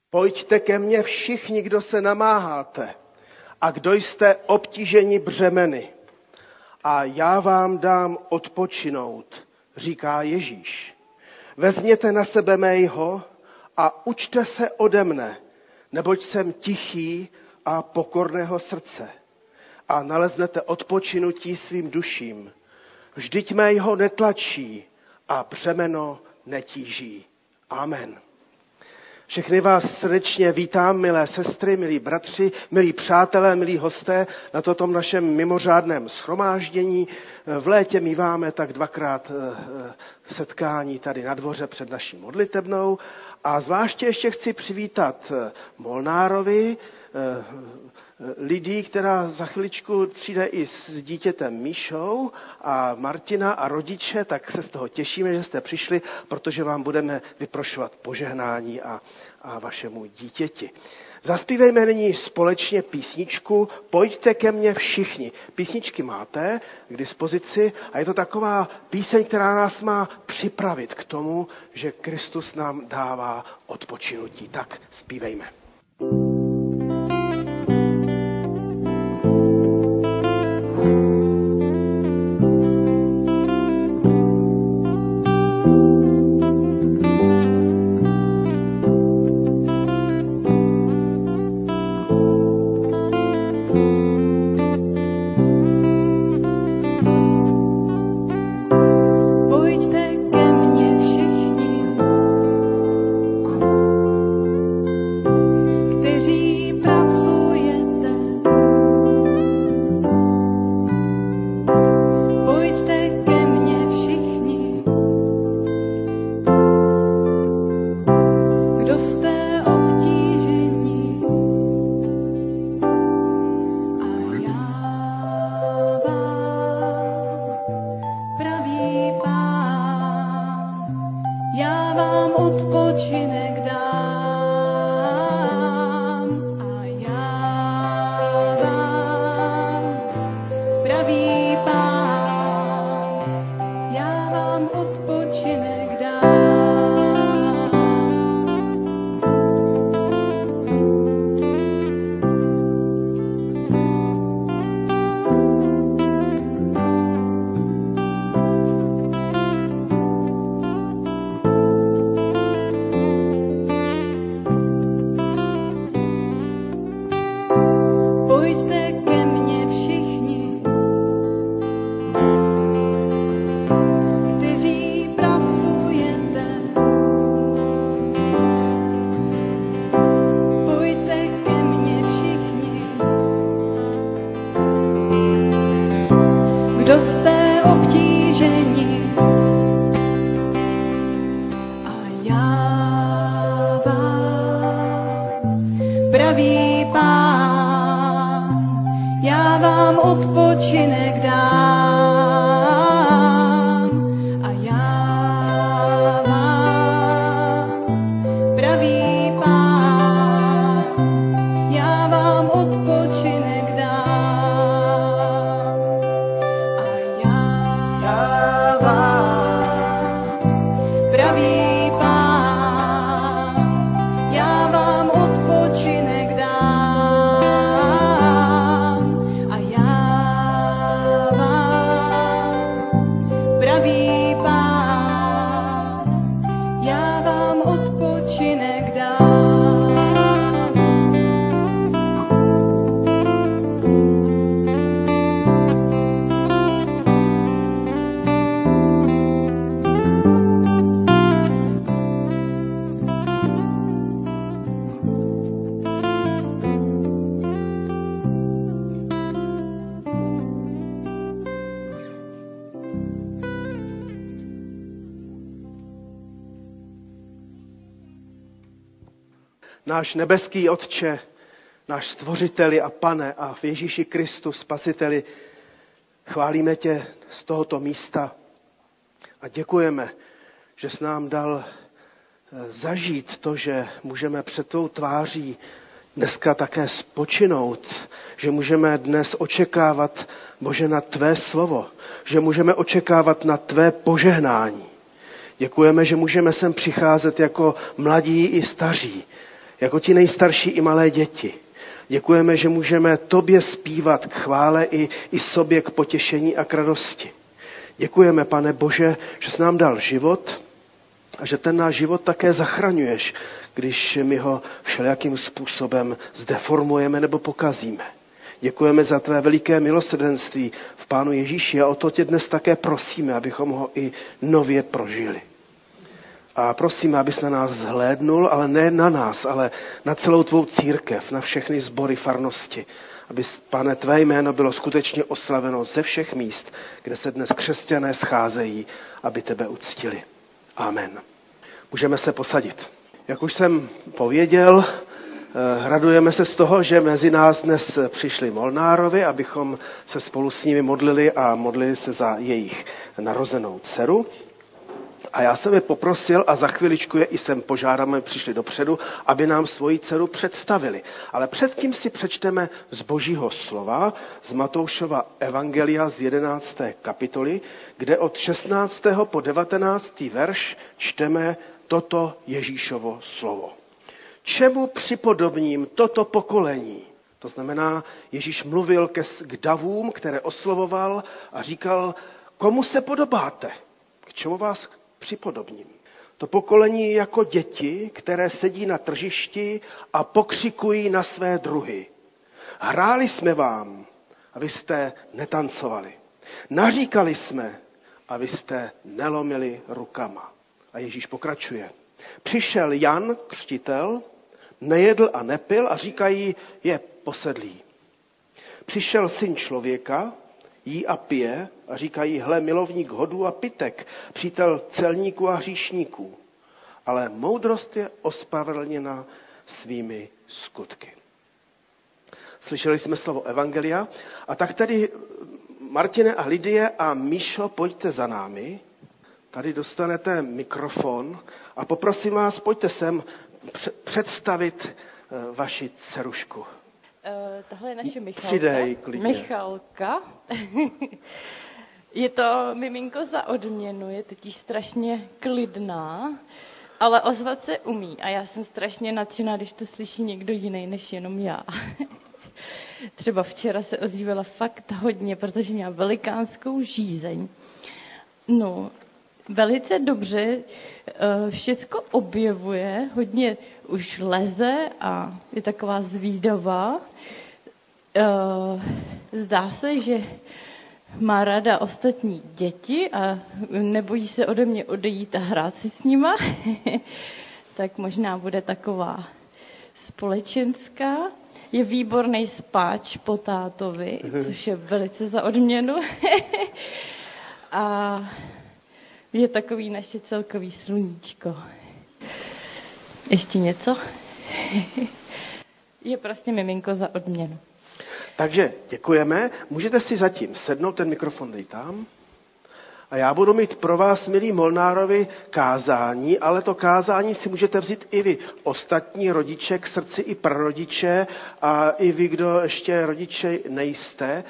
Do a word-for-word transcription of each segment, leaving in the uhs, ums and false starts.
Pojďte ke mně všichni, kdo se namáháte a kdo jste obtíženi břemeny. A já vám dám odpočinout, říká Ježíš. Vezměte na sebe mého a učte se ode mne, neboť jsem tichý a pokorného srdce. A naleznete odpočinutí svým duším. Vždyť mého netlačí a břemeno netíží. Amen. Všechny vás srdečně vítám, milé sestry, milí bratři, milí přátelé, milí hosté na toto našem mimořádném shromáždění. V létě míváme tak dvakrát setkání tady na dvoře před naší modlitebnou a zvláště ještě chci přivítat Molnárovi, lidí, která za chviličku přijde i s dítětem Míšou a Martina a rodiče, tak se z toho těšíme, že jste přišli, protože vám budeme vyprošovat požehnání a, a vašemu dítěti. Zaspívejme nyní společně písničku Pojďte ke mně všichni. Písničky máte k dispozici a je to taková píseň, která nás má připravit k tomu, že Kristus nám dává odpočinutí. Tak zpívejme. Náš nebeský Otče, náš Stvořiteli a Pane a v Ježíši Kristu Spasiteli, chválíme tě z tohoto místa a děkujeme, že jsi nám dal zažít to, že můžeme před tvou tváří dneska také spočinout, že můžeme dnes očekávat, Bože, na tvé slovo, že můžeme očekávat na tvé požehnání. Děkujeme, že můžeme sem přicházet jako mladí i staří, jako ti nejstarší i malé děti. Děkujeme, že můžeme tobě zpívat k chvále i, i sobě k potěšení a k radosti. Děkujeme, Pane Bože, že jsi nám dal život a že ten náš život také zachraňuješ, když my ho všelijakým způsobem zdeformujeme nebo pokazíme. Děkujeme za tvé veliké milosrdenství v Pánu Ježíši a o to tě dnes také prosíme, abychom ho i nově prožili. A prosíme, abys na nás zhlédnul, ale ne na nás, ale na celou tvou církev, na všechny sbory farnosti. Aby, Pane, tvé jméno bylo skutečně oslaveno ze všech míst, kde se dnes křesťané scházejí, aby tebe uctili. Amen. Můžeme se posadit. Jak už jsem pověděl, radujeme se z toho, že mezi nás dnes přišli Molnárovi, abychom se spolu s nimi modlili a modlili se za jejich narozenou dceru. A já jsem je poprosil a za chviličku je i sem požádám, aby přišli dopředu, aby nám svoji dceru představili. Ale předtím si přečteme z Božího slova, z Matoušova evangelia z jedenácté kapitoly, kde od šestnáctého po devatenáctý verš čteme toto Ježíšovo slovo. Čemu připodobním toto pokolení? To znamená, Ježíš mluvil ke, k davům, které oslovoval a říkal, komu se podobáte? K čemu vás připodobním? To pokolení je jako děti, které sedí na tržišti a pokřikují na své druhy. Hráli jsme vám, a vy jste netancovali. Naříkali jsme, a vy jste nelomili rukama. A Ježíš pokračuje. Přišel Jan, křtitel, nejedl a nepil a říkají, je posedlý. Přišel Syn člověka, jí a pije a říkají, hle, milovník hodů a pitek, přítel celníků a hříšníků. Ale moudrost je ospravedlněna svými skutky. Slyšeli jsme slovo evangelia a tak tedy Martine a Lidie a Míšo, pojďte za námi. Tady dostanete mikrofon a poprosím vás, pojďte sem představit vaši dcerušku. Uh, tahle je naše Michalka. Přidej klidně. Michalka. Je to miminko za odměnu, je totiž strašně klidná, ale ozvat se umí. A já jsem strašně nadšená, když to slyší někdo jiný než jenom já. Třeba včera se ozývala fakt hodně, protože měla velikánskou žízeň. No, velice dobře všecko objevuje, hodně už leze a je taková zvídavá. Zdá se, že má ráda ostatní děti a nebojí se ode mě odejít a hrát si s nima. Tak možná bude taková společenská. Je výborný spáč po tátovi, což je velice za odměnu. A je takový naše celkový sluníčko. Ještě něco? Je prostě miminko za odměnu. Takže děkujeme. Můžete si zatím sednout, ten mikrofon dej tam. A já budu mít pro vás, milí Molnárovi, kázání, ale to kázání si můžete vzít i vy, ostatní rodiče, k srdci i prarodiče a i vy, kdo ještě rodiče nejste.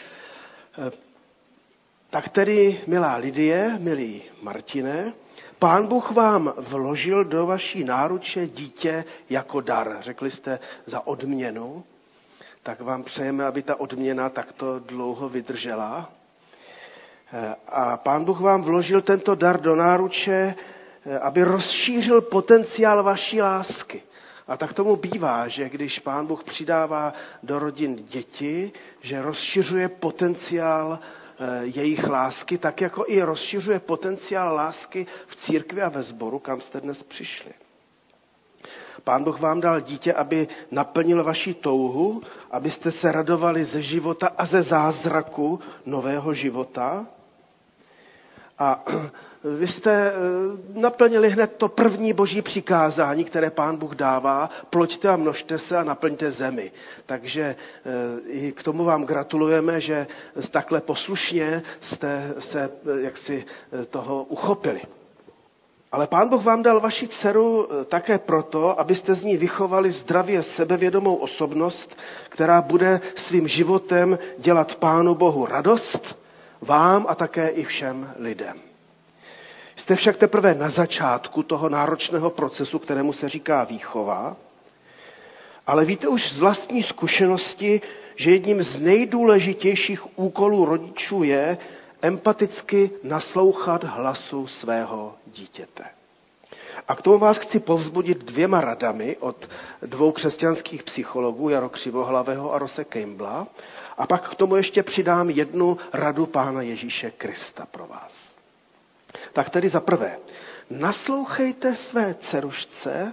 Tak tedy, milá Lidie, milý Martine, Pán Bůh vám vložil do vaší náruče dítě jako dar. Řekli jste za odměnu, tak vám přejeme, aby ta odměna takto dlouho vydržela. A Pán Bůh vám vložil tento dar do náruče, aby rozšířil potenciál vaší lásky. A tak tomu bývá, že když Pán Bůh přidává do rodin děti, že rozšiřuje potenciál jejich lásky, tak jako i rozšiřuje potenciál lásky v církvi a ve sboru, kam jste dnes přišli. Pán Bůh vám dal dítě, aby naplnil vaši touhu, abyste se radovali ze života a ze zázraku nového života. A vy jste naplnili hned to první boží přikázání, které Pán Bůh dává, ploďte a množte se a naplňte zemi. Takže i k tomu vám gratulujeme, že takhle poslušně jste se jaksi toho uchopili. Ale Pán Bůh vám dal vaši dceru také proto, abyste z ní vychovali zdravě sebevědomou osobnost, která bude svým životem dělat Pánu Bohu radost, vám a také i všem lidem. Jste však teprve na začátku toho náročného procesu, kterému se říká výchova. Ale víte už z vlastní zkušenosti, že jedním z nejdůležitějších úkolů rodičů je empaticky naslouchat hlasu svého dítěte. A k tomu vás chci povzbudit dvěma radami od dvou křesťanských psychologů, Jaro Křivohlavého a Rosse Campbella. A pak k tomu ještě přidám jednu radu Pána Ježíše Krista pro vás. Tak tedy za prvé, naslouchejte své dcerušce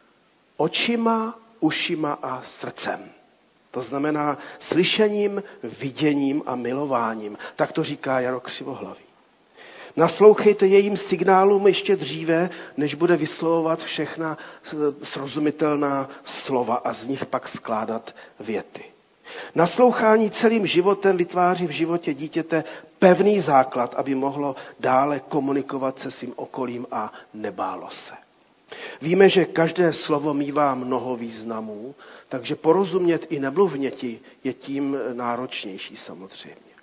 očima, ušima a srdcem. To znamená slyšením, viděním a milováním. Tak to říká Jaro Křivohlavý. Naslouchejte jejím signálům ještě dříve, než bude vyslovovat všechna srozumitelná slova a z nich pak skládat věty. Naslouchání celým životem vytváří v životě dítěte pevný základ, aby mohlo dále komunikovat se svým okolím a nebálo se. Víme, že každé slovo mívá mnoho významů, takže porozumět i nemluvněti je tím náročnější samozřejmě.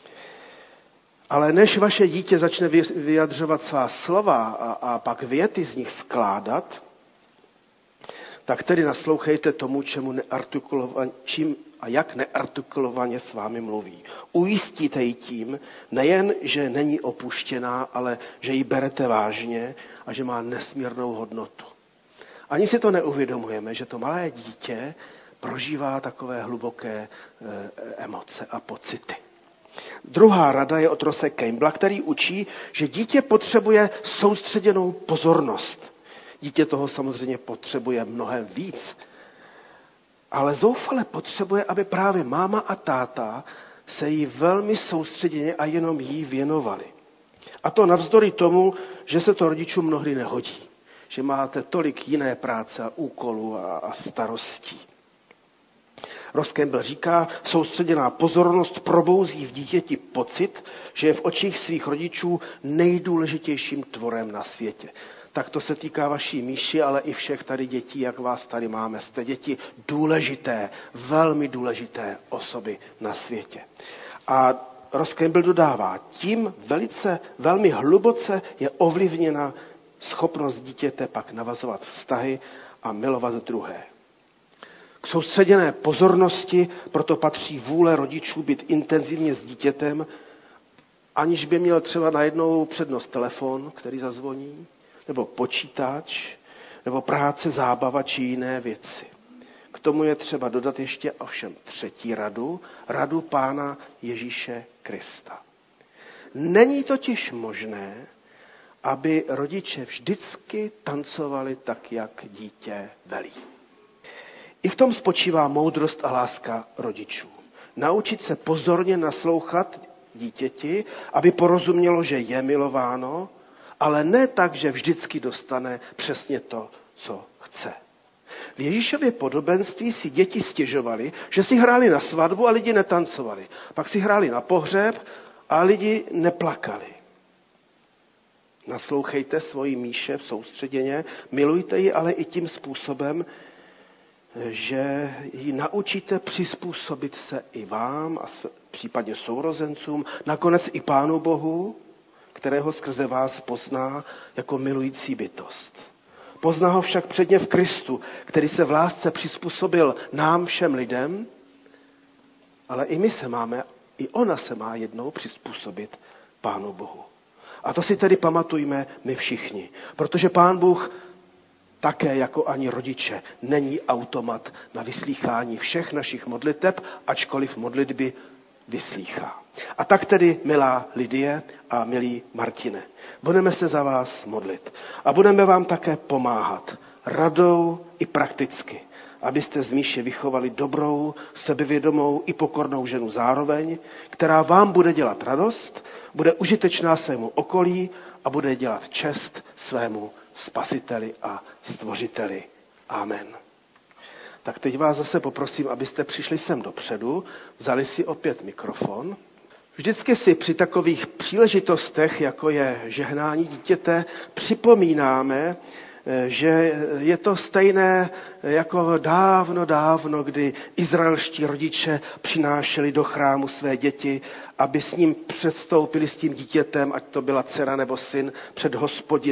Ale než vaše dítě začne vyjadřovat svá slova a, a pak věty z nich skládat, tak tedy naslouchejte tomu, čemu neartikulovaně, čím a jak neartikulovaně s vámi mluví. Ujistíte ji tím, nejen, že není opuštěná, ale že ji berete vážně a že má nesmírnou hodnotu. Ani si to neuvědomujeme, že to malé dítě prožívá takové hluboké e, emoce a pocity. Druhá rada je od Rosse Campbella, který učí, že dítě potřebuje soustředěnou pozornost. Dítě toho samozřejmě potřebuje mnohem víc, ale zoufale potřebuje, aby právě máma a táta se jí velmi soustředěně a jenom jí věnovali. A to navzdory tomu, že se to rodičům mnohdy nehodí. Že máte tolik jiné práce a úkolů a, a starostí. Ross Campbell říká, soustředěná pozornost probouzí v dítěti pocit, že je v očích svých rodičů nejdůležitějším tvorem na světě. Tak to se týká vaší Míši, ale i všech tady dětí, jak vás tady máme. Jste děti důležité, velmi důležité osoby na světě. A Ross Campbell dodává, tím velice, velmi hluboce je ovlivněna schopnost dítěte pak navazovat vztahy a milovat druhé. K soustředěné pozornosti proto patří vůle rodičů být intenzivně s dítětem, aniž by měl třeba najednou přednost telefon, který zazvoní, nebo počítač, nebo práce, zábava či jiné věci. K tomu je třeba dodat ještě ovšem třetí radu, radu Pána Ježíše Krista. Není totiž možné, aby rodiče vždycky tancovali tak, jak dítě velí. I v tom spočívá moudrost a láska rodičů. Naučit se pozorně naslouchat dítěti, aby porozumělo, že je milováno, ale ne tak, že vždycky dostane přesně to, co chce. V Ježíšově podobenství si děti stěžovali, že si hráli na svatbu a lidi netancovali. Pak si hráli na pohřeb a lidi neplakali. Naslouchejte svoji Míše soustředěně, milujte ji ale i tím způsobem, že ji naučíte přizpůsobit se i vám a případně sourozencům, nakonec i Pánu Bohu, kterého skrze vás pozná jako milující bytost. Pozná ho však předně v Kristu, který se v lásce přizpůsobil nám všem lidem, ale i my se máme, i ona se má jednou přizpůsobit Pánu Bohu. A to si tedy pamatujme my všichni, protože Pán Bůh také jako ani rodiče není automat na vyslýchání všech našich modliteb, ačkoliv modlitby vyslýchá. A tak tedy, milá Lidie a milý Martine, budeme se za vás modlit a budeme vám také pomáhat radou i prakticky, abyste z Míše vychovali dobrou, sebevědomou i pokornou ženu zároveň, která vám bude dělat radost, bude užitečná svému okolí a bude dělat čest svému Spasiteli a Stvořiteli. Amen. Tak teď vás zase poprosím, abyste přišli sem dopředu, vzali si opět mikrofon. Vždycky si při takových příležitostech, jako je žehnání dítěte, připomínáme, že je to stejné jako dávno, dávno, kdy izraelští rodiče přinášeli do chrámu své děti, aby s ním předstoupili s tím dítětem, ať to byla dcera nebo syn, před Hospodina.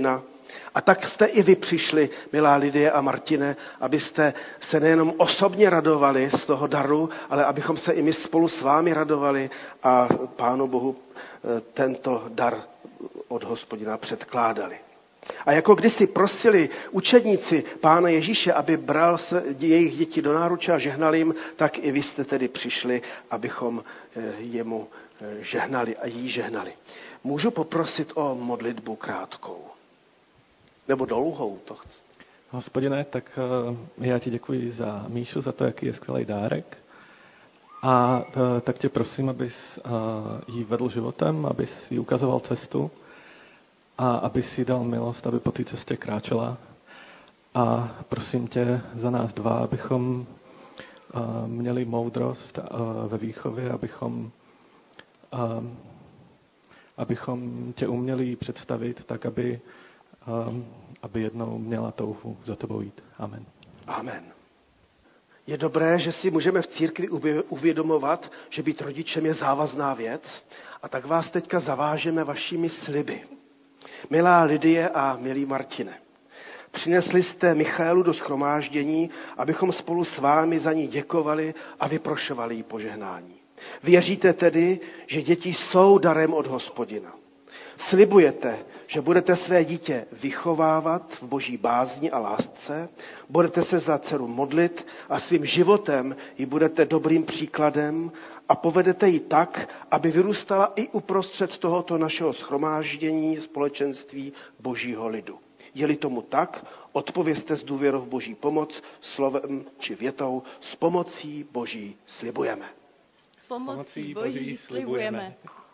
A tak jste i vy přišli, milá Lidie a Martine, abyste se nejenom osobně radovali z toho daru, ale abychom se i my spolu s vámi radovali a Pánu Bohu tento dar od Hospodina předkládali. A jako kdysi prosili učedníci Pána Ježíše, aby bral se jejich děti do náruče a žehnal jim, tak i vy jste tedy přišli, abychom jemu žehnali a jí žehnali. Můžu poprosit o modlitbu krátkou? Nebo dlouhou, to chci. Hospodine, tak já ti děkuji za Míšu, za to, jaký je skvělý dárek. A tak tě prosím, abys jí vedl životem, abys jí ukazoval cestu a abys jí dal milost, aby po té cestě kráčela. A prosím tě za nás dva, abychom měli moudrost ve výchově, abychom, abychom tě uměli představit tak, aby aby jednou měla touhu za tebou jít. Amen. Amen. Je dobré, že si můžeme v církvi uvědomovat, že být rodičem je závazná věc, a tak vás teďka zavážeme vašimi sliby. Milá Lidie a milý Martine, přinesli jste Michaelu do shromáždění, abychom spolu s vámi za ní děkovali a vyprošovali jí požehnání. Věříte tedy, že děti jsou darem od Hospodina. Slibujete, že budete své dítě vychovávat v boží bázni a lásce, budete se za dceru modlit a svým životem ji budete dobrým příkladem a povedete ji tak, aby vyrůstala i uprostřed tohoto našeho shromáždění společenství božího lidu. Je-li tomu tak, odpovězte s důvěrou v boží pomoc, slovem či větou, s pomocí boží slibujeme. S pomocí boží slibujeme.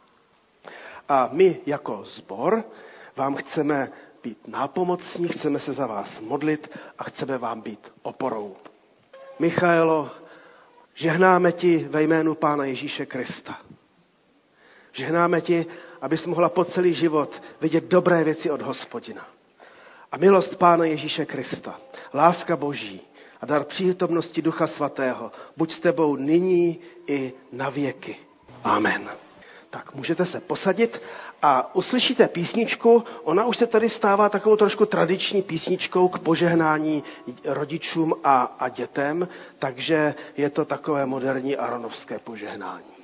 A my jako sbor vám chceme být nápomocní, chceme se za vás modlit a chceme vám být oporou. Michaelo, žehnáme ti ve jménu Pána Ježíše Krista. Žehnáme ti, abys mohla po celý život vidět dobré věci od Hospodina. A milost Pána Ježíše Krista, láska Boží a dar přítomnosti Ducha Svatého buď s tebou nyní i na věky. Amen. Tak můžete se posadit a uslyšíte písničku. Ona už se tady stává takovou trošku tradiční písničkou k požehnání rodičům a, a dětem, takže je to takové moderní aronovské požehnání.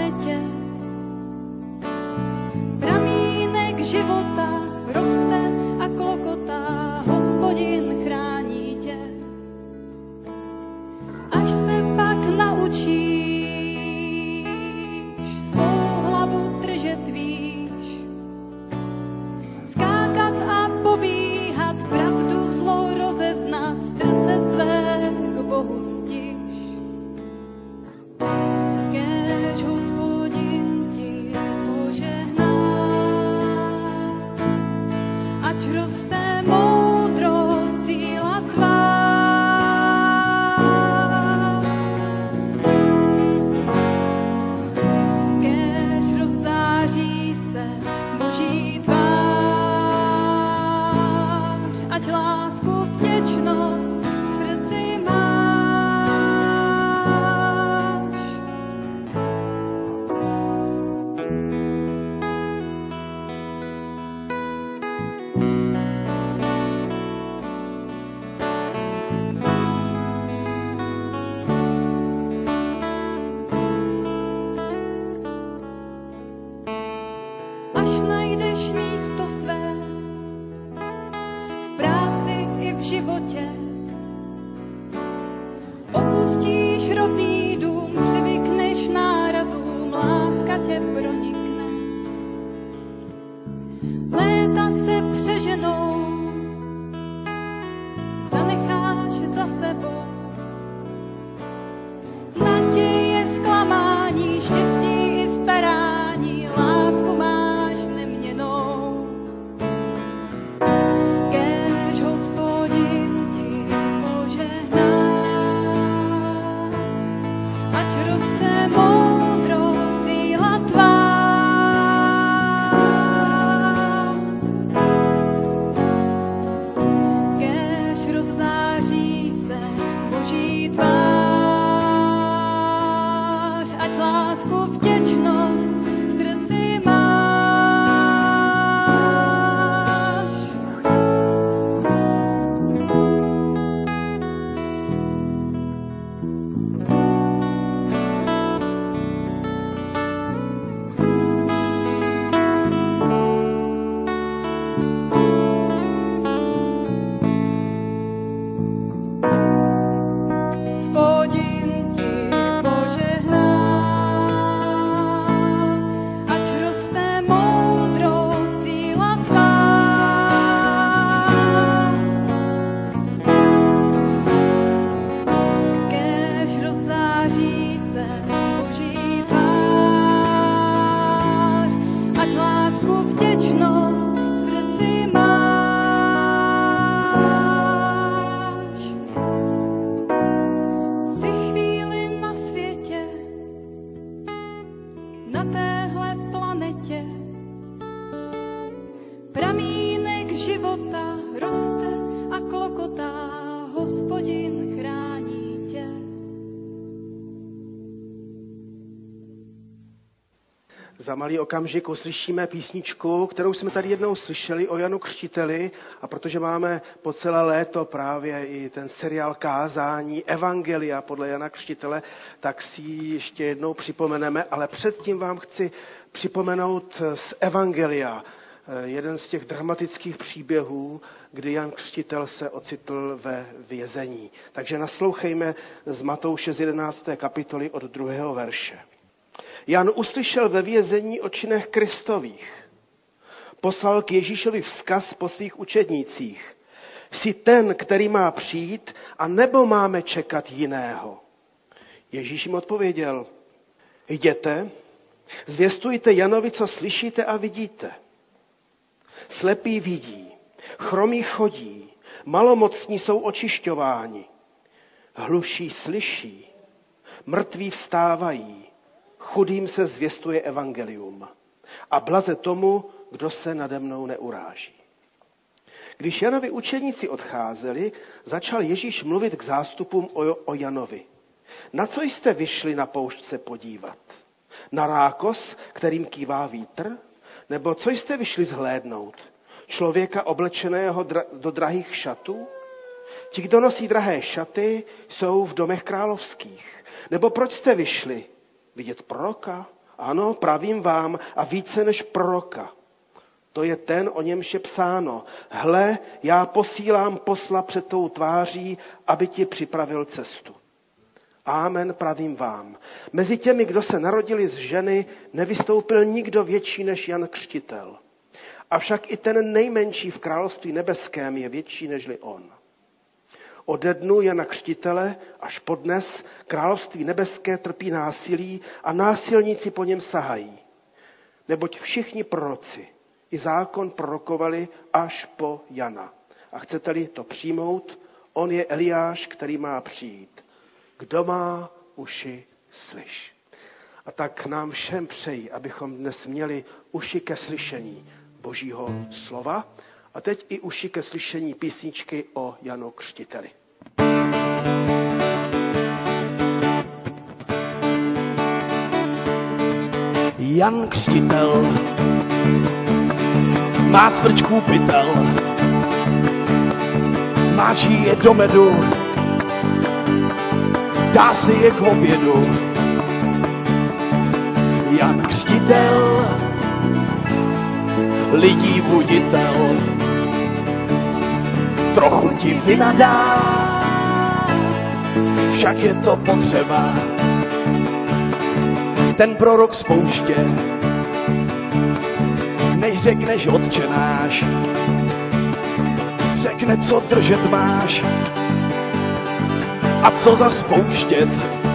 Života roste lásku, vděčnost v srdci máš. Jsi chvíli na světě, na téhle planetě, pramínek života roste a klokotá, Hospodin chrání tě. Za malý okamžik uslyšíme písničku, kterou jsme tady jednou slyšeli o Janu Křtiteli, a protože máme po celé léto právě i ten seriál kázání Evangelia podle Jana Křtitele, tak si ji ještě jednou připomeneme, ale předtím vám chci připomenout z Evangelia jeden z těch dramatických příběhů, kdy Jan Křtitel se ocitl ve vězení. Takže naslouchejme z Matouše z jedenácté kapitoly od druhého verše. Jan uslyšel ve vězení o činech Kristových. Poslal k Ježíšovi vzkaz po svých učednících. Jsi ten, který má přijít, a nebo máme čekat jiného? Ježíš jim odpověděl. Jděte, zvěstujte Janovi, co slyšíte a vidíte. Slepí vidí, chromí chodí, malomocní jsou očišťováni, hluší slyší, mrtví vstávají, chudým se zvěstuje evangelium a blaze tomu, kdo se nade mnou neuráží. Když Janovi učeníci odcházeli, začal Ježíš mluvit k zástupům o, o Janovi. Na co jste vyšli na poušť se podívat? Na rákos, kterým kývá vítr? Nebo co jste vyšli zhlédnout? Člověka oblečeného dra- do drahých šatů? Ti, kdo nosí drahé šaty, jsou v domech královských. Nebo proč jste vyšli? Vidět proroka? Ano, pravím vám, a více než proroka. To je ten, o němž je psáno. Hle, já posílám posla před tou tváří, aby ti připravil cestu. Amen, pravím vám. Mezi těmi, kdo se narodili z ženy, nevystoupil nikdo větší než Jan Křtitel. Avšak i ten nejmenší v království nebeském je větší nežli on. Ode dnu Jana Křtitele až po dnes království nebeské trpí násilí a násilníci po něm sahají. Neboť všichni proroci i zákon prorokovali až po Jana. A chcete-li to přijmout, on je Eliáš, který má přijít. Kdo má uši, slyš. A tak nám všem přeji, abychom dnes měli uši ke slyšení Božího slova a teď i uši ke slyšení písničky o Janu Křtiteli. Jan Křtitel má cvrčků pytel, máčí je do medu, dá si je k obědu. Jan Křtitel, lidí buditel, trochu ti vynadá, však je to potřeba. Ten prorok z pouště, než řekneš Otče náš, řekne, co držet máš a co za spouštět.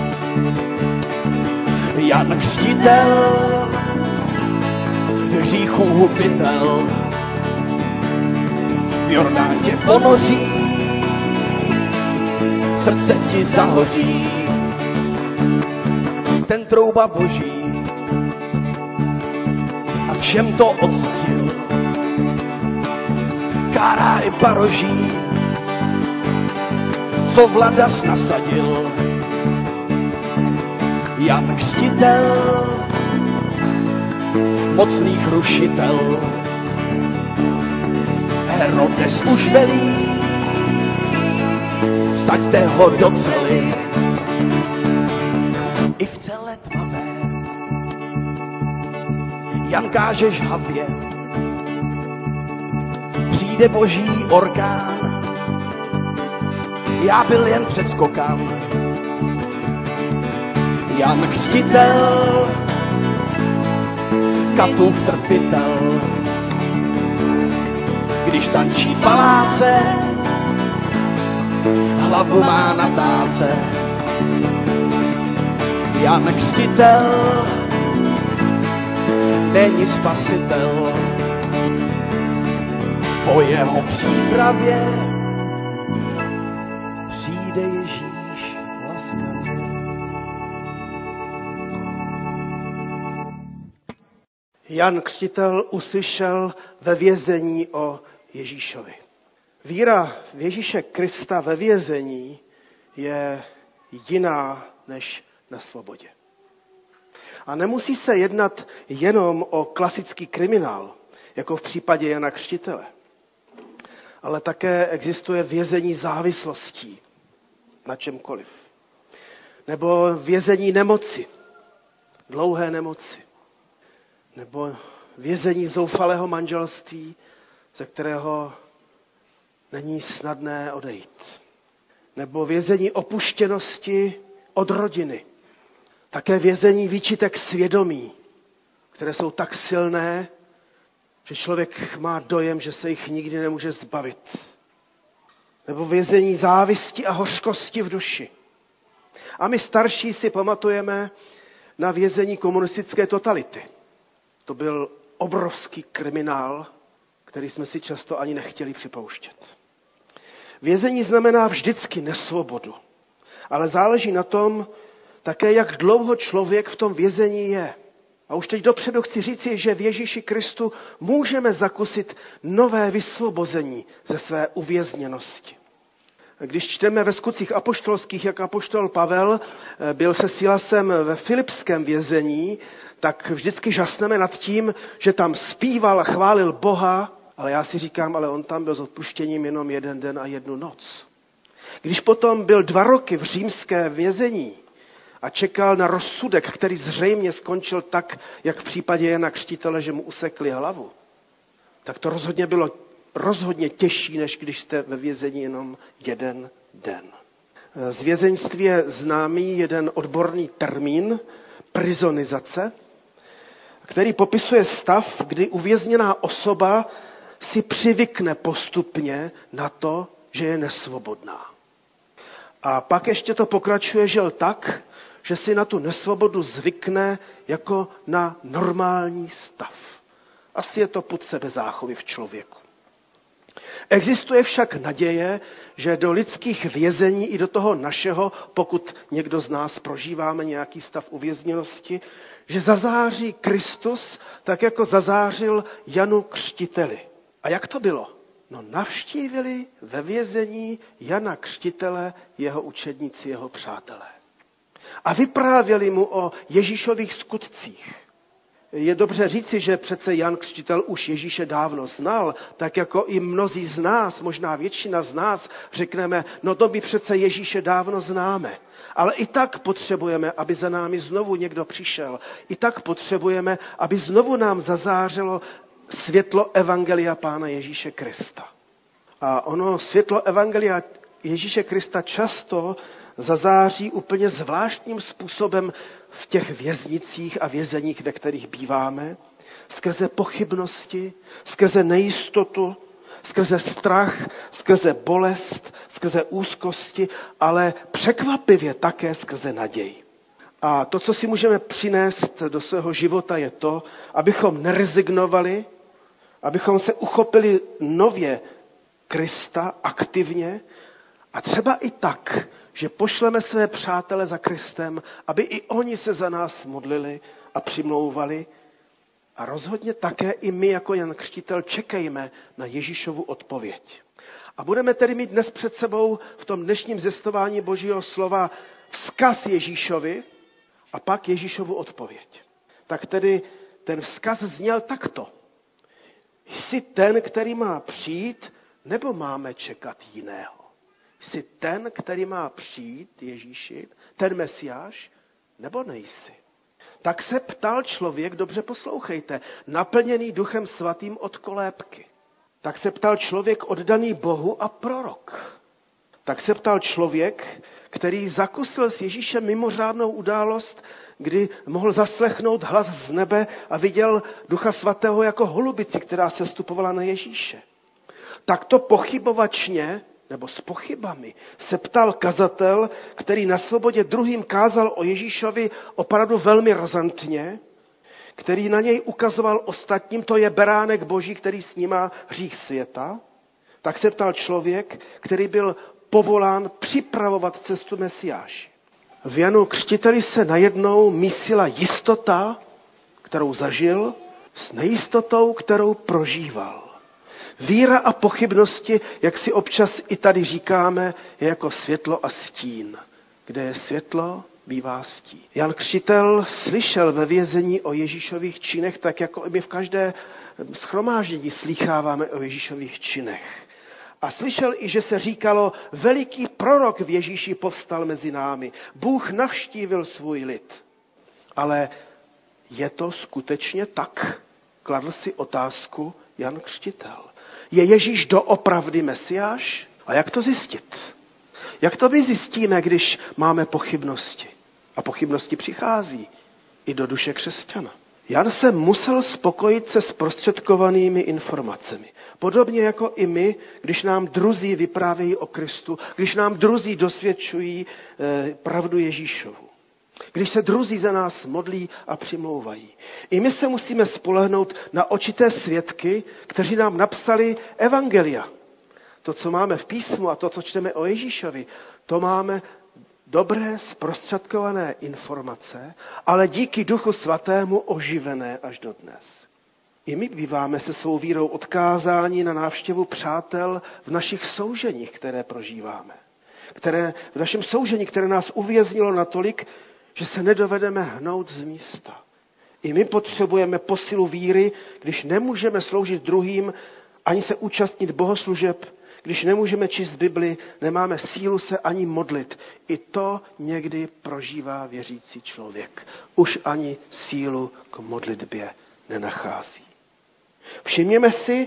Jan Křtitel, hříchů hubitel, v Jordán tě ponoří, srdce ti zahoří. Ten trouba Boží a všem to odsadil, kárá i paroží, co vladař nasadil. Jan Křtitel, mocných rušitel, Herodes už velí, vsaďte ho do cely. I v celé tmavé Jan káže žhavě, přijde Boží orkán, já byl jen předskokan. Jan Křtitel, Katův trpitel, když tančí paláce, hlavu má na táce. Jan Křtitel, není spasitel. Po jeho přípravě přijde Ježíš laskavě. Jan Křtitel uslyšel ve vězení o Ježíšovi. Víra v Ježíše Krista ve vězení je jiná než na svobodě. A nemusí se jednat jenom o klasický kriminál, jako v případě Jana Křtitele. Ale také existuje vězení závislostí na čemkoliv. Nebo vězení nemoci, dlouhé nemoci. Nebo vězení zoufalého manželství, ze kterého není snadné odejít. Nebo vězení opuštěnosti od rodiny. Také vězení výčitek svědomí, které jsou tak silné, že člověk má dojem, že se jich nikdy nemůže zbavit. Nebo vězení závisti a hořkosti v duši. A my starší si pamatujeme na vězení komunistické totality. To byl obrovský kriminál, který jsme si často ani nechtěli připouštět. Vězení znamená vždycky nesvobodu, ale záleží na tom také, jak dlouho člověk v tom vězení je. A už teď dopředu chci říci, že v Ježíši Kristu můžeme zakusit nové vysvobození ze své uvězněnosti. Když čteme ve skutcích apoštolských, jak apoštol Pavel byl se Silasem ve Filipském vězení, tak vždycky žasneme nad tím, že tam zpíval a chválil Boha, ale já si říkám, ale on tam byl s odpuštěním jenom jeden den a jednu noc. Když potom byl dva roky v římské vězení a čekal na rozsudek, který zřejmě skončil tak, jak v případě Jana Křtitele, že mu usekli hlavu, tak to rozhodně bylo rozhodně těžší, než když jste ve vězení jenom jeden den. Z vězeňství je známý jeden odborný termín, prizonizace, který popisuje stav, kdy uvězněná osoba si přivykne postupně na to, že je nesvobodná. A pak ještě to pokračuje žel tak, že si na tu nesvobodu zvykne jako na normální stav. Asi je to pud sebezáchovy v člověku. Existuje však naděje, že do lidských vězení i do toho našeho, pokud někdo z nás prožíváme nějaký stav uvězněnosti, že zazáří Kristus tak, jako zazářil Janu Křtiteli. A jak to bylo? No, navštívili ve vězení Jana Křtitele jeho učedníci, jeho přátelé. A vyprávěli mu o Ježíšových skutcích. Je dobře říci, že přece Jan Křtitel už Ježíše dávno znal, tak jako i mnozí z nás, možná většina z nás, řekneme, no to my přece Ježíše dávno známe. Ale i tak potřebujeme, aby za námi znovu někdo přišel. I tak potřebujeme, aby znovu nám zazářilo světlo evangelia Pána Ježíše Krista. A ono světlo evangelia Ježíše Krista často zazáří úplně zvláštním způsobem v těch věznicích a vězeních, ve kterých býváme, skrze pochybnosti, skrze nejistotu, skrze strach, skrze bolest, skrze úzkosti, ale překvapivě také skrze naději. A to, co si můžeme přinést do svého života, je to, abychom nerezignovali, abychom se uchopili nově Krista aktivně a třeba i tak, že pošleme své přátele za Kristem, aby i oni se za nás modlili a přimlouvali. A rozhodně také i my jako Jan Křtitel čekejme na Ježíšovu odpověď. A budeme tedy mít dnes před sebou v tom dnešním zjistování Božího slova vzkaz Ježíšovi a pak Ježíšovu odpověď. Tak tedy ten vzkaz zněl takto. Jsi ten, který má přijít, nebo máme čekat jiného? Jsi ten, který má přijít, Ježíši, ten Mesiáš, nebo nejsi? Tak se ptal člověk, dobře poslouchejte, naplněný Duchem Svatým od kolébky. Tak se ptal člověk oddaný Bohu a prorok. Tak se ptal člověk, který zakusil s Ježíšem mimořádnou událost, kdy mohl zaslechnout hlas z nebe a viděl Ducha Svatého jako holubici, která se stupovala na Ježíše. Takto pochybovačně, nebo s pochybami, se ptal kazatel, který na svobodě druhým kázal o Ježíšovi opravdu velmi razantně, který na něj ukazoval ostatním, to je beránek Boží, který snímá hřích světa, tak se ptal člověk, který byl povolán připravovat cestu Mesiáši. V Janu Křtiteli se najednou mísila jistota, kterou zažil, s nejistotou, kterou prožíval. Víra a pochybnosti, jak si občas i tady říkáme, je jako světlo a stín. Kde je světlo, bývá stín. Jan Křtitel slyšel ve vězení o Ježíšových činech, tak jako i my v každé shromáždění slýcháváme o Ježíšových činech. A slyšel i, že se říkalo, veliký prorok v Ježíši povstal mezi námi. Bůh navštívil svůj lid. Ale je to skutečně tak? Kladl si otázku Jan Křtitel. Je Ježíš doopravdy Mesiáš? A jak to zjistit? Jak to my zjistíme, když máme pochybnosti? A pochybnosti přichází i do duše křesťana. Jan se musel spokojit se zprostředkovanými informacemi. Podobně jako i my, když nám druzí vyprávějí o Kristu, když nám druzí dosvědčují eh, pravdu Ježíšovu. Když se druzí za nás modlí a přimlouvají. I my se musíme spolehnout na očité svědky, kteří nám napsali evangelia. To, co máme v písmu a to, co čteme o Ježíšovi, to máme dobré zprostředkované informace, ale díky Duchu Svatému oživené až do dnes. I my býváme se svou vírou odkázáni na návštěvu přátel v našich souženích, které prožíváme. Které, v našem soužení, které nás uvěznilo natolik, že se nedovedeme hnout z místa. I my potřebujeme posilu víry, když nemůžeme sloužit druhým, ani se účastnit bohoslužeb, když nemůžeme číst Bibli, nemáme sílu se ani modlit. I to někdy prožívá věřící člověk. Už ani sílu k modlitbě nenachází. Všimněme si,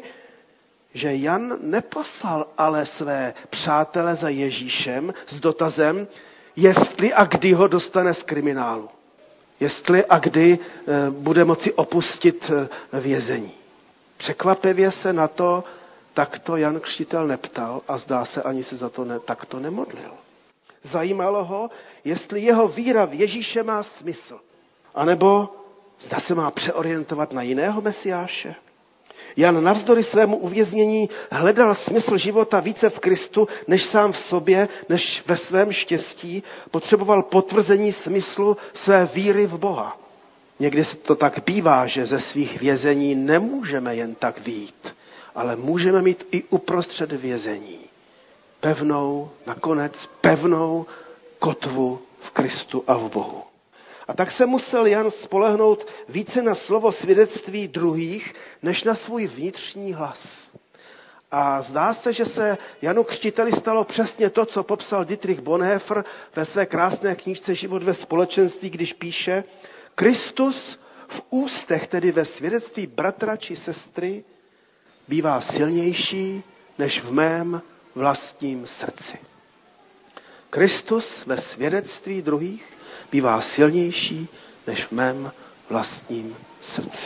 že Jan neposlal ale své přátele za Ježíšem s dotazem, jestli a kdy ho dostane z kriminálu. Jestli a kdy e, bude moci opustit e, vězení. Překvapivě se na to takto Jan Křtitel neptal a zdá se ani se za to ne, takto nemodlil. Zajímalo ho, jestli jeho víra v Ježíše má smysl. A nebo zda se má přeorientovat na jiného Mesiáše. Jan navzdory svému uvěznění hledal smysl života více v Kristu, než sám v sobě, než ve svém štěstí. Potřeboval potvrzení smyslu své víry v Boha. Někdy se to tak bývá, že ze svých vězení nemůžeme jen tak vyjít, ale můžeme mít i uprostřed vězení pevnou, nakonec pevnou kotvu v Kristu a v Bohu. A tak se musel Jan spolehnout více na slovo svědectví druhých, než na svůj vnitřní hlas. A zdá se, že se Janu Křtiteli stalo přesně to, co popsal Dietrich Bonhoeffer ve své krásné knížce Život ve společenství, když píše: Kristus v ústech, tedy ve svědectví bratra či sestry, bývá silnější než v mém vlastním srdci. Kristus ve svědectví druhých bývá silnější než v mém vlastním srdci.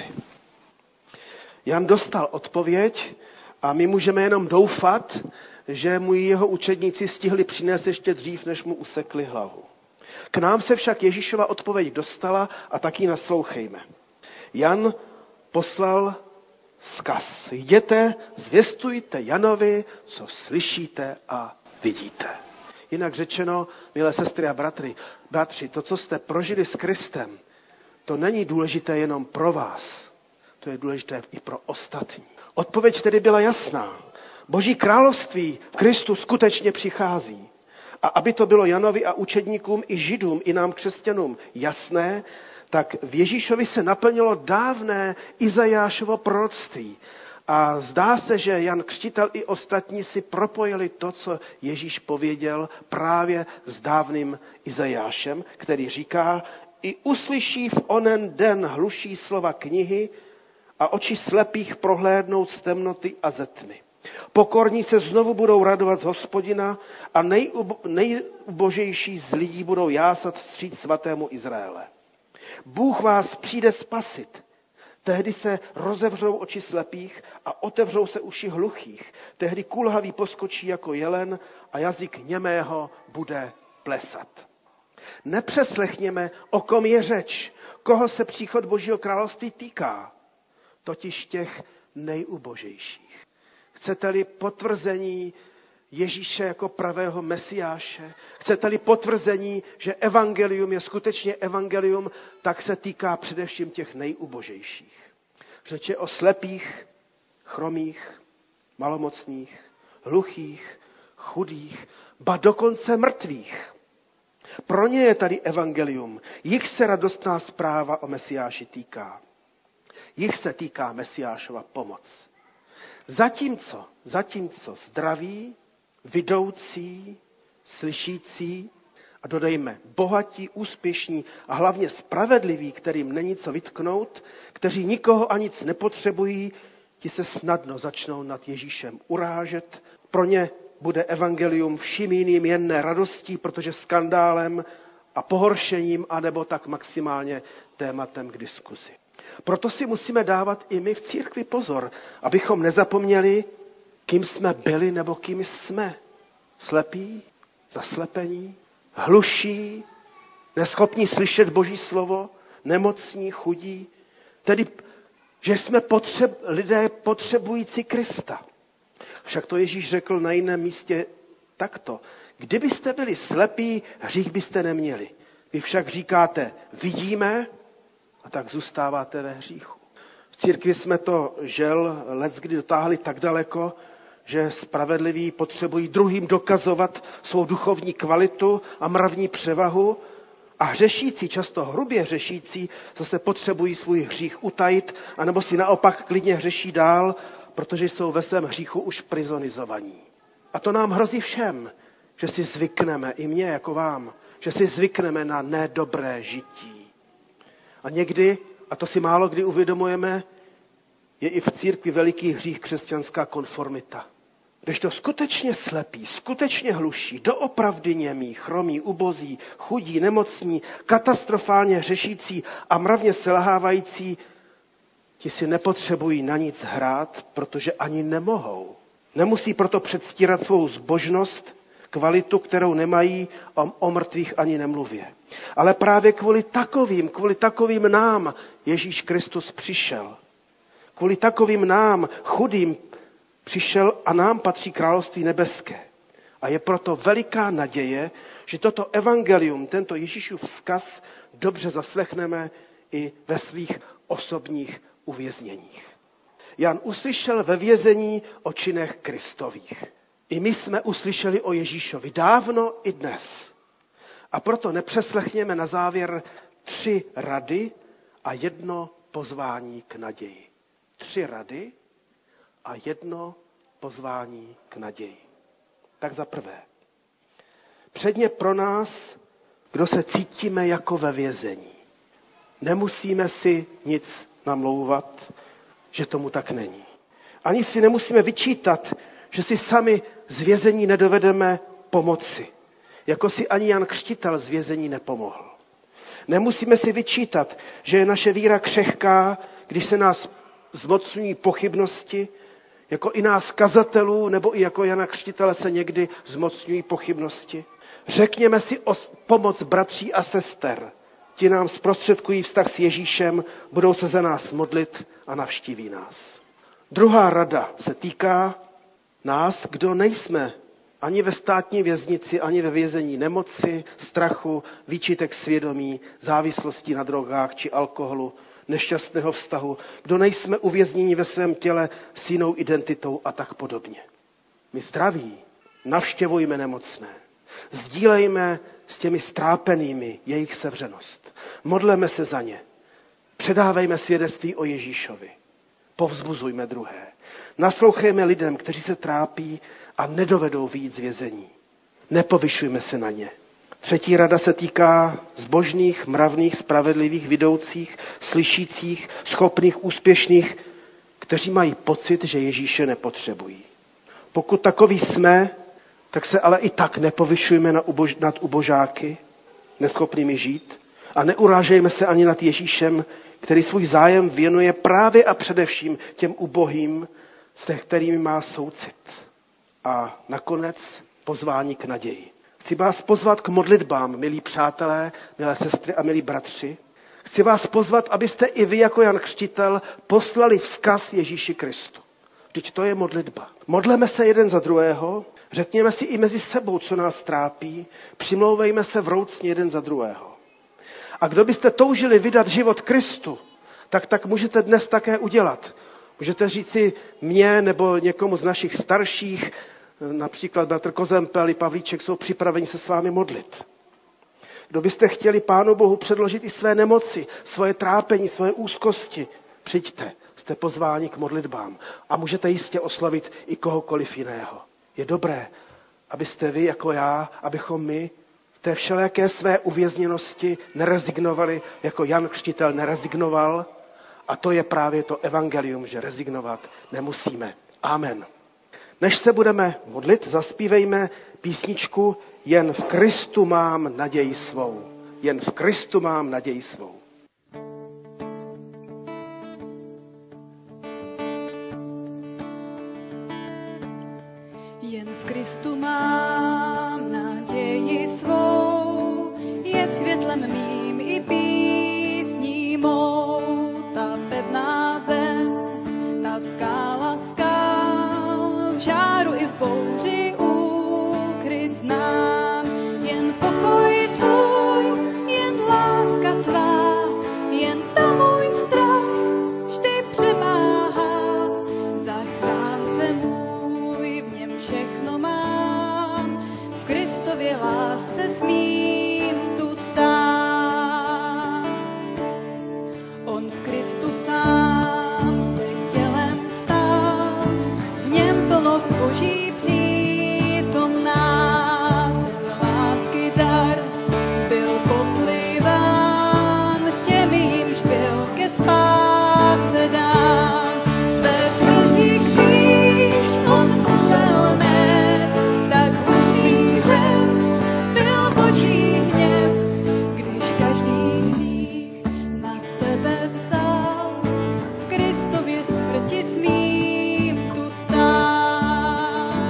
Jan dostal odpověď a my můžeme jenom doufat, že mu jeho učedníci stihli přinést ještě dřív, než mu usekli hlavu. K nám se však Ježíšova odpověď dostala a tak ji naslouchejme. Jan poslal vzkaz. Jděte, zvěstujte Janovi, co slyšíte a vidíte. Jinak řečeno, milé sestry a bratry, bratři, to, co jste prožili s Kristem, to není důležité jenom pro vás. To je důležité i pro ostatní. Odpověď tedy byla jasná. Boží království v Kristu skutečně přichází. A aby to bylo Janovi a učedníkům i Židům, i nám křesťanům jasné, tak v Ježíšovi se naplnilo dávné Izajášovo proroctví. A zdá se, že Jan Křtitel i ostatní si propojili to, co Ježíš pověděl právě s dávným Izajášem, který říká: i uslyší v onen den hluší slova knihy a oči slepých prohlédnout z temnoty a ze tmy. Pokorní se znovu budou radovat z Hospodina a nejubožejší z lidí budou jásat vstříc svatému Izraele. Bůh vás přijde spasit. Tehdy se rozevřou oči slepých a otevřou se uši hluchých. Tehdy kulhavý poskočí jako jelen a jazyk němého bude plesat. Nepřeslechněme, o kom je řeč, koho se příchod Božího království týká, totiž těch nejubožejších. Chcete-li potvrzení Ježíše jako pravého mesiáše, chcete-li potvrzení, že evangelium je skutečně evangelium, tak se týká především těch nejubožejších. Řeč je o slepých, chromých, malomocných, hluchých, chudých, ba dokonce mrtvých. Pro ně je tady evangelium, jich se radostná zpráva o Mesiáši týká. Jich se týká Mesiášova pomoc. Zatímco, zatímco zdraví, vidoucí, slyšící a dodejme bohatí, úspěšní a hlavně spravedliví, kterým není co vytknout, kteří nikoho a nic nepotřebují, ti se snadno začnou nad Ježíšem urážet. Pro ně bude evangelium vším jiným jen ne radostí, protože skandálem a pohoršením, anebo tak maximálně tématem k diskuzi. Proto si musíme dávat i my v církvi pozor, abychom nezapomněli, kým jsme byli nebo kým jsme. Slepí, zaslepení, hluší, neschopní slyšet Boží slovo, nemocní, chudí. Tedy, že jsme potřeb, lidé potřebující Krista. Však to Ježíš řekl na jiném místě takto. Kdybyste byli slepí, hřích byste neměli. Vy však říkáte, vidíme, a tak zůstáváte ve hříchu. V církvi jsme to žel leckdy dotáhli tak daleko, že spravedliví potřebují druhým dokazovat svou duchovní kvalitu a mravní převahu a hřešící, často hrubě hřešící, zase potřebují svůj hřích utajit, anebo si naopak klidně hřeší dál, protože jsou ve svém hříchu už prizonizovaní. A to nám hrozí všem, že si zvykneme, i mně jako vám, že si zvykneme na nedobré žití. A někdy, a to si málo kdy uvědomujeme, je i v církvi veliký hřích křesťanská konformita. Když to skutečně slepí, skutečně hluší, doopravdy němí, chromí, ubozí, chudí, nemocní, katastrofálně hřešící a mravně selhávající, ti si nepotřebují na nic hrát, protože ani nemohou. Nemusí proto předstírat svou zbožnost, kvalitu, kterou nemají, o mrtvých ani nemluvě. Ale právě kvůli takovým, kvůli takovým nám Ježíš Kristus přišel. Kvůli takovým nám, chudým, přišel a nám patří království nebeské. A je proto veliká naděje, že toto evangelium, tento Ježíšův vzkaz dobře zaslechneme i ve svých osobních uvězněních. Jan uslyšel ve vězení o činech Kristových. I my jsme uslyšeli o Ježíšovi dávno i dnes. A proto nepřeslechněme na závěr tři rady a jedno pozvání k naději. Tři rady a jedno pozvání k naději. Tak za prvé. Předně pro nás, kdo se cítíme jako ve vězení. Nemusíme si nic namlouvat, že tomu tak není. Ani si nemusíme vyčítat, že si sami z vězení nedovedeme pomoci. Jako si ani Jan Křtitel z vězení nepomohl. Nemusíme si vyčítat, že je naše víra křehká, když se nás zmocňují pochybnosti, jako i nás kazatelů, nebo i jako Jana Křtitele se někdy zmocňují pochybnosti. Řekněme si o pomoc bratří a sester. Ti nám zprostředkují vztah s Ježíšem, budou se za nás modlit a navštíví nás. Druhá rada se týká nás, kdo nejsme ani ve státní věznici, ani ve vězení nemoci, strachu, výčitek svědomí, závislosti na drogách či alkoholu, nešťastného vztahu, kdo nejsme uvězněni ve svém těle s jinou identitou a tak podobně. My zdraví navštěvujme nemocné. Sdílejme s těmi strápenými jejich sevřenost. Modleme se za ně. Předávejme svědectví o Ježíšovi. Povzbuzujme druhé. Naslouchejme lidem, kteří se trápí a nedovedou vyjít z vězení. Nepovyšujme se na ně. Třetí rada se týká zbožných, mravných, spravedlivých, vidoucích, slyšících, schopných, úspěšných, kteří mají pocit, že Ježíše nepotřebují. Pokud takoví jsme, tak se ale i tak nepovyšujme na ubož, nad ubožáky, neschopnými žít, a neurážejme se ani nad Ježíšem, který svůj zájem věnuje právě a především těm ubohým, s kterými má soucit. A nakonec pozvání k naději. Chci vás pozvat k modlitbám, milí přátelé, milé sestry a milí bratři. Chci vás pozvat, abyste i vy jako Jan Křtitel poslali vzkaz Ježíši Kristu. Vždyť to je modlitba. Modleme se jeden za druhého, řekněme si i mezi sebou, co nás trápí, přimlouvejme se vroucně jeden za druhého. A kdo byste toužili vydat život Kristu, tak tak můžete dnes také udělat. Můžete říci mně nebo někomu z našich starších, například bratr Kozempel i Pavlíček jsou připraveni se s vámi modlit. Kdo byste chtěli Pánu Bohu předložit i své nemoci, svoje trápení, svoje úzkosti, přijďte, jste pozváni k modlitbám a můžete jistě oslavit i kohokoliv jiného. Je dobré, abyste vy jako já, abychom my v té všelijaké své uvězněnosti nerezignovali, jako Jan Křtitel nerezignoval, a to je právě to evangelium, že rezignovat nemusíme. Amen. Než se budeme modlit, zaspívejme písničku Jen v Kristu mám naději svou. Jen v Kristu mám naději svou. Jen v Kristu mám naději svou, je světlem mým i písní mou. Ta pevná zem, ta skála skál, v žáru i v bouři ukryt znám. Jen pokoj tvůj, jen láska tvá, jen ta můj strach vždy přemáhá. Zachránce můj, v něm všechno mám, v Kristově lásce smím tu stát. On v Kristu sám se tělem stal, v něm plnost Boží přítomná. Ten lásky dar byl popliván s těmi, jimž byl ke spáse dán. Své smrti kříž on musel nést, tak usmířen byl Boží hněv, když každý hřích na sebe vzal. V Kristově smrti smím tu stát.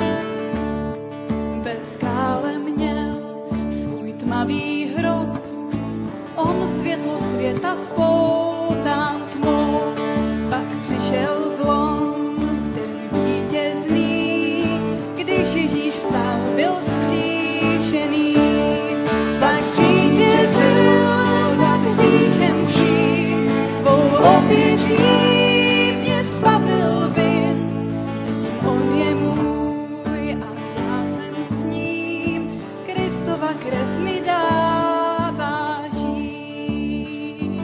Ve skále měl svůj tmavý hrob, on světlo světa spoután tmou. Pak přišel zlom, ten vítězný, když Ježíš vstal, byl vzkříšený. Pak vítězil nad hříchem vším, svou oběť vítěz zbavil vin. On je můj a já jsem s ním, Kristova krev mi dává žít.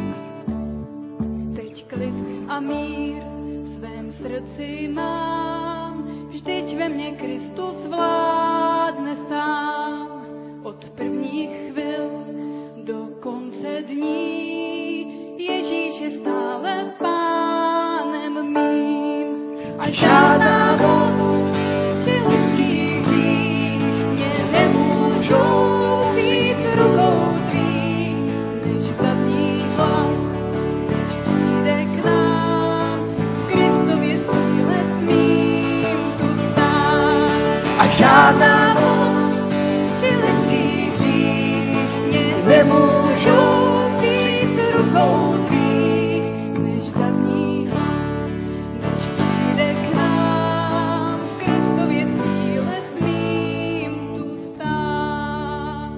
Teď klid a mír v svém srdci mám, vždyť ve mně Kristus vládne sám. Od prvních chvil do konce dní Ježíš je stále pánem mým. A žádná moc či lidský hřích mě nemůžou vzít rukou tvých, než pravní hlas, než přijde k nám, v Kristově síle smím tu stát. A žádná moc či lidský hřích mě nemůžou vzít rukou tvých, než pravní hlas, než přijde k nám, v Kristově síle smím tu stát.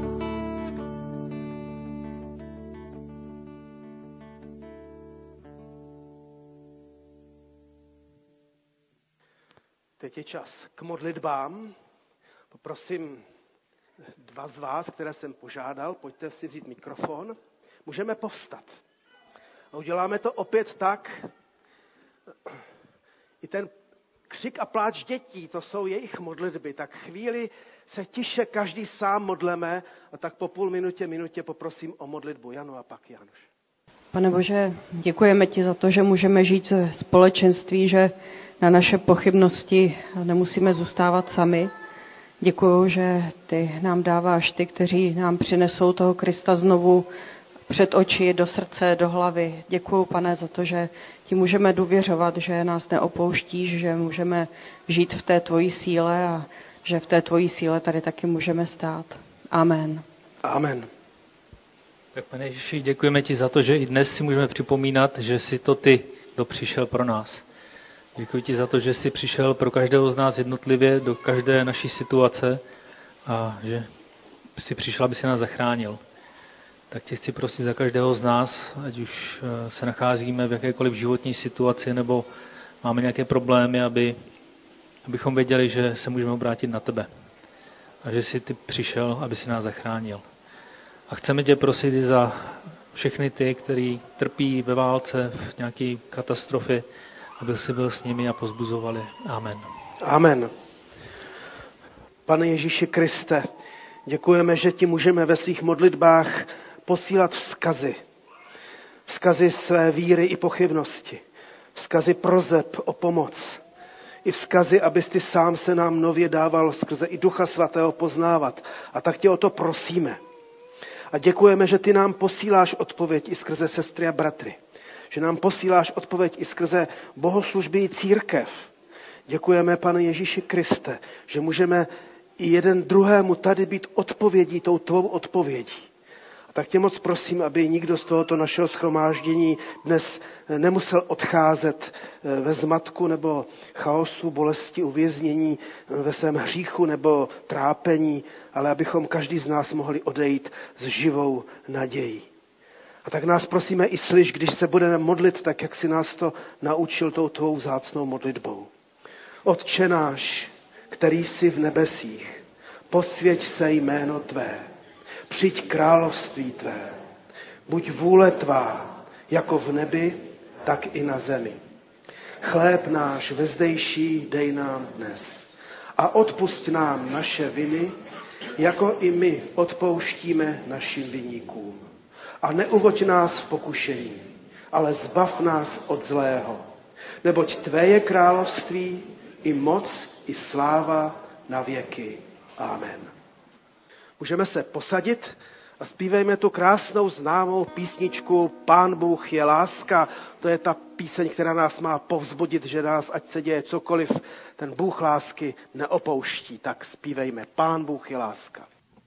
Teď je čas k modlitbám. Poprosím dva z vás, které jsem požádal, pojďte si vzít mikrofon. Můžeme povstat. A uděláme to opět tak, i ten křik a pláč dětí, to jsou jejich modlitby, tak chvíli se tiše každý sám modleme a tak po půl minutě, minutě poprosím o modlitbu. Janu a pak Januš. Pane Bože, děkujeme ti za to, že můžeme žít ve společenství, že na naše pochybnosti nemusíme zůstávat sami. Děkuju, že ty nám dáváš ty, kteří nám přinesou toho Krista znovu před oči, do srdce, do hlavy. Děkuju, Pane, za to, že ti můžeme důvěřovat, že nás neopouštíš, že můžeme žít v té tvojí síle a že v té tvojí síle tady taky můžeme stát. Amen. Amen. Tak pane Ježíši, děkujeme ti za to, že i dnes si můžeme připomínat, že jsi to ty, kdo přišel pro nás. Děkuji ti za to, že jsi přišel pro každého z nás jednotlivě do každé naší situace a že jsi přišel, aby si nás zachránil. Tak tě chci prosit za každého z nás, ať už se nacházíme v jakékoliv životní situaci nebo máme nějaké problémy, aby, abychom věděli, že se můžeme obrátit na tebe. A že jsi ty přišel, aby si nás zachránil. A chceme tě prosit i za všechny ty, kteří trpí ve válce, v nějaké katastrofě, aby jsi byl s nimi a pozbuzovali. Amen. Amen. Pane Ježíši Kriste, děkujeme, že ti můžeme ve svých modlitbách posílat vzkazy. Vzkazy své víry i pochybnosti. Vzkazy prozeb o pomoc. I vzkazy, abys ty sám se nám nově dával skrze i Ducha Svatého poznávat. A tak tě o to prosíme. A děkujeme, že ty nám posíláš odpověď i skrze sestry a bratry. Že nám posíláš odpověď i skrze bohoslužby i církev. Děkujeme, Pane Ježíši Kriste, že můžeme i jeden druhému tady být odpovědí, tou tvou odpovědí. A tak tě moc prosím, aby nikdo z tohoto našeho shromáždění dnes nemusel odcházet ve zmatku nebo chaosu, bolesti, uvěznění, ve svém hříchu nebo trápení, ale abychom každý z nás mohli odejít s živou nadějí. A tak nás prosíme i slyš, když se budeme modlit tak, jak si nás to naučil tou tvou vzácnou modlitbou. Otče náš, který jsi v nebesích, posvěť se jméno tvé, přijď království tvé, buď vůle tvá, jako v nebi, tak i na zemi. Chléb náš vezdejší dej nám dnes a odpusť nám naše viny, jako i my odpouštíme našim viníkům. A neuvoď nás v pokušení, ale zbav nás od zlého. Neboť tvé je království, i moc, i sláva na věky. Amen. Můžeme se posadit a zpívejme tu krásnou známou písničku Pán Bůh je láska. To je ta píseň, která nás má povzbudit, že nás, ať se děje cokoliv, ten Bůh lásky neopouští. Tak zpívejme Pán Bůh je láska.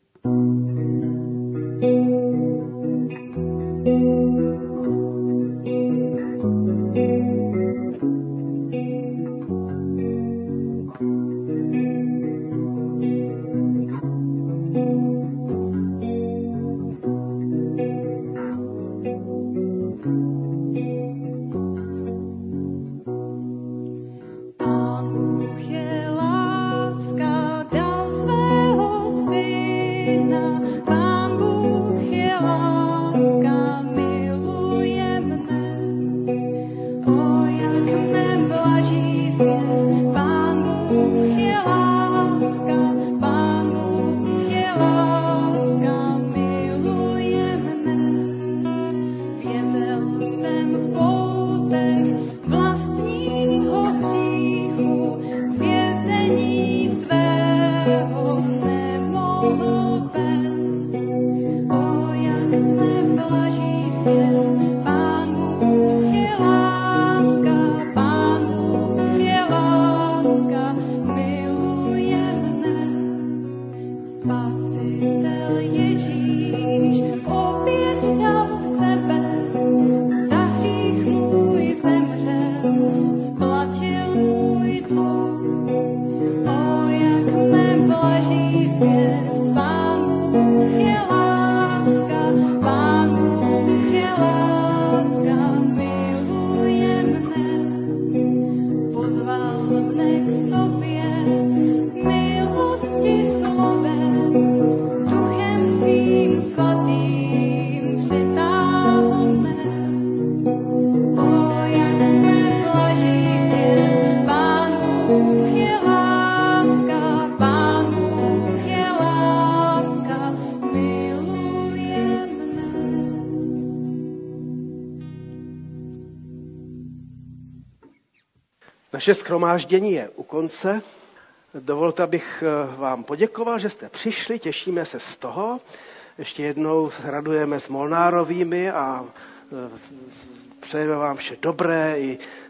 Naše shromáždění je u konce. Dovolte, abych vám poděkoval, že jste přišli, těšíme se z toho. Ještě jednou radujeme s Molnárovými a přejeme vám vše dobré i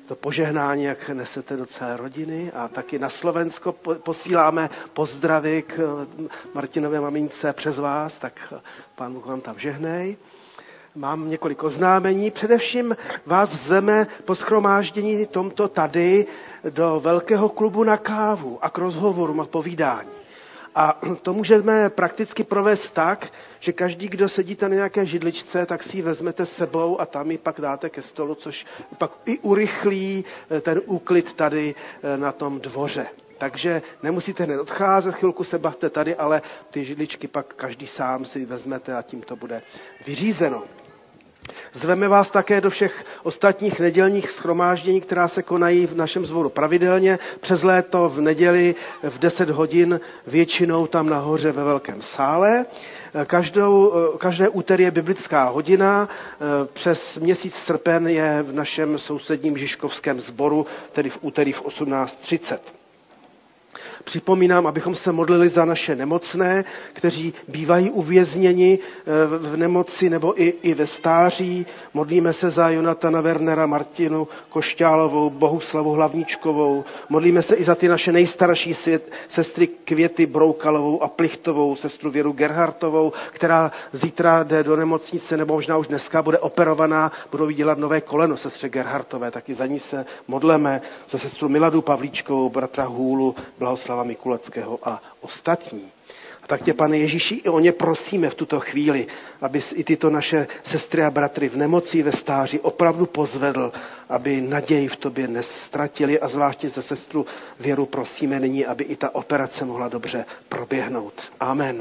to požehnání, jak nesete do celé rodiny, a taky na Slovensko posíláme pozdravy k Martinové mamince přes vás, tak Pán Bůh vám tam žehnej. Mám několik oznámení. Především vás zveme po shromáždění tomto tady do velkého klubu na kávu a k rozhovorům a povídání. A to můžeme prakticky provést tak, že každý, kdo sedíte na nějaké židličce, tak si ji vezmete s sebou a tam ji pak dáte ke stolu, což pak i urychlí ten úklid tady na tom dvoře. Takže nemusíte hned odcházet, chvilku se bavte tady, ale ty židličky pak každý sám si vezmete a tím to bude vyřízeno. Zveme vás také do všech ostatních nedělních shromáždění, která se konají v našem sboru pravidelně. Přes léto v neděli v deset hodin většinou tam nahoře ve velkém sále. Každou, každé úterý je biblická hodina, přes měsíc srpen je v našem sousedním žižkovském sboru, tedy v úterý v osmnáct třicet. Připomínám, abychom se modlili za naše nemocné, kteří bývají uvězněni v nemoci nebo i, i ve stáří. Modlíme se za Jonatana Wernera, Martinu Košťálovou, Bohuslavu Hlavničkovou. Modlíme se i za ty naše nejstarší svět, sestry Květy Broukalovou a Plichtovou, sestru Věru Gerhartovou, která zítra jde do nemocnice, nebo možná už dneska bude operovaná, budou jí dělat nové koleno sestře Gerhartové, taky za ní se modleme, za sestru Miladu Pavlíčkovou, bratra Hůlu, Blahoslava Mikuleckého a ostatní. A tak tě, Pane Ježíši, i o ně prosíme v tuto chvíli, abys i tyto naše sestry a bratry v nemoci, ve stáří opravdu pozvedl, aby naději v tobě neztratili, a zvláště za sestru Věru prosíme nyní, aby i ta operace mohla dobře proběhnout. Amen.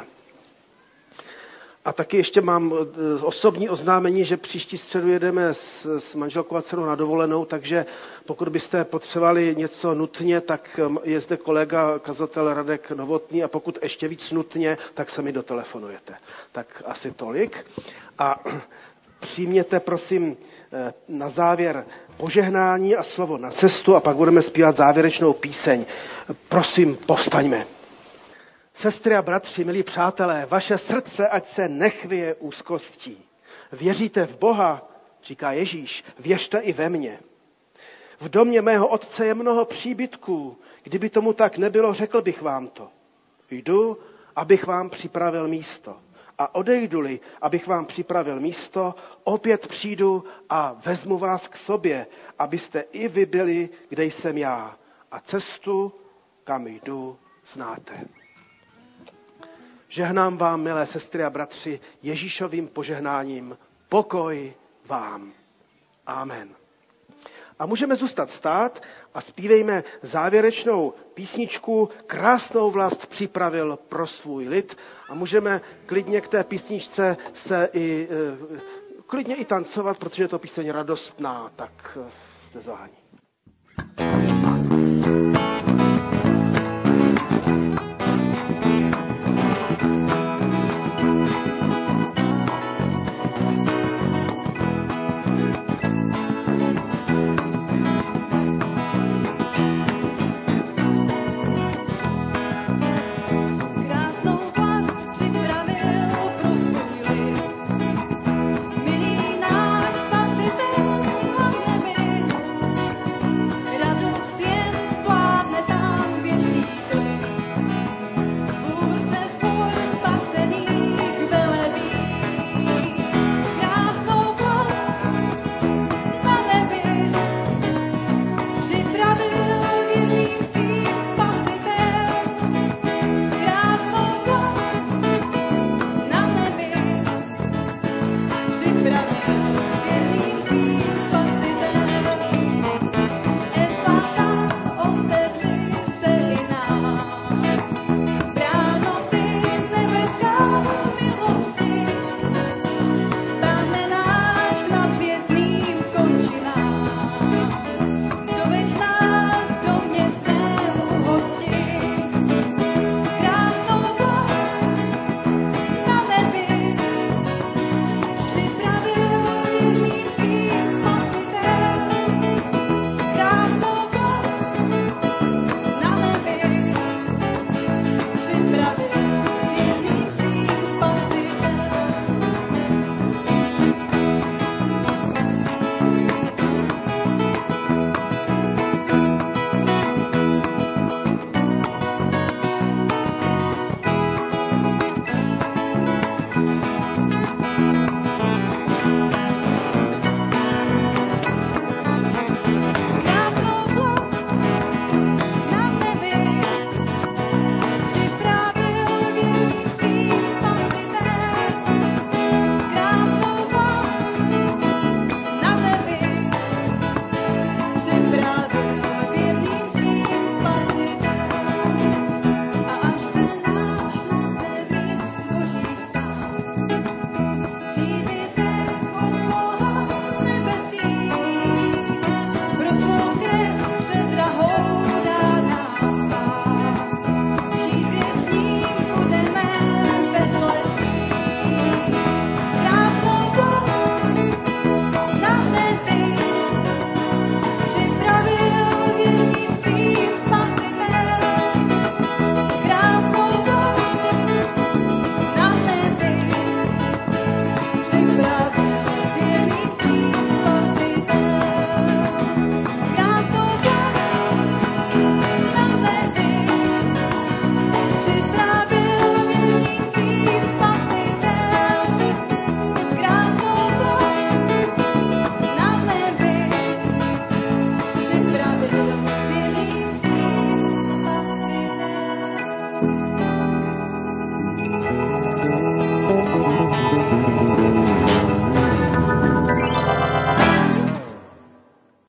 A taky ještě mám osobní oznámení, že příští středu jedeme s, s manželkou a dcerou na dovolenou, takže pokud byste potřebovali něco nutně, tak je zde kolega kazatel Radek Novotný, a pokud ještě víc nutně, tak se mi dotelefonujete. Tak asi tolik. A přijměte prosím na závěr požehnání a slovo na cestu a pak budeme zpívat závěrečnou píseň. Prosím, povstaňme. Sestry a bratři, milí přátelé, vaše srdce ať se nechvěje úzkostí. Věříte v Boha, říká Ježíš, věřte i ve mně. V domě mého otce je mnoho příbytků. Kdyby tomu tak nebylo, řekl bych vám to. Jdu, abych vám připravil místo. A odejdu-li, abych vám připravil místo, opět přijdu a vezmu vás k sobě, abyste i vy byli, kde jsem já. A cestu, kam jdu, znáte. Žehnám vám, milé sestry a bratři, Ježíšovým požehnáním. Pokoj vám. Amen. A můžeme zůstat stát a zpívejme závěrečnou písničku Krásnou vlast připravil pro svůj lid. A můžeme klidně k té písničce se i, klidně i tancovat, protože je to píseň radostná, tak jste zváni.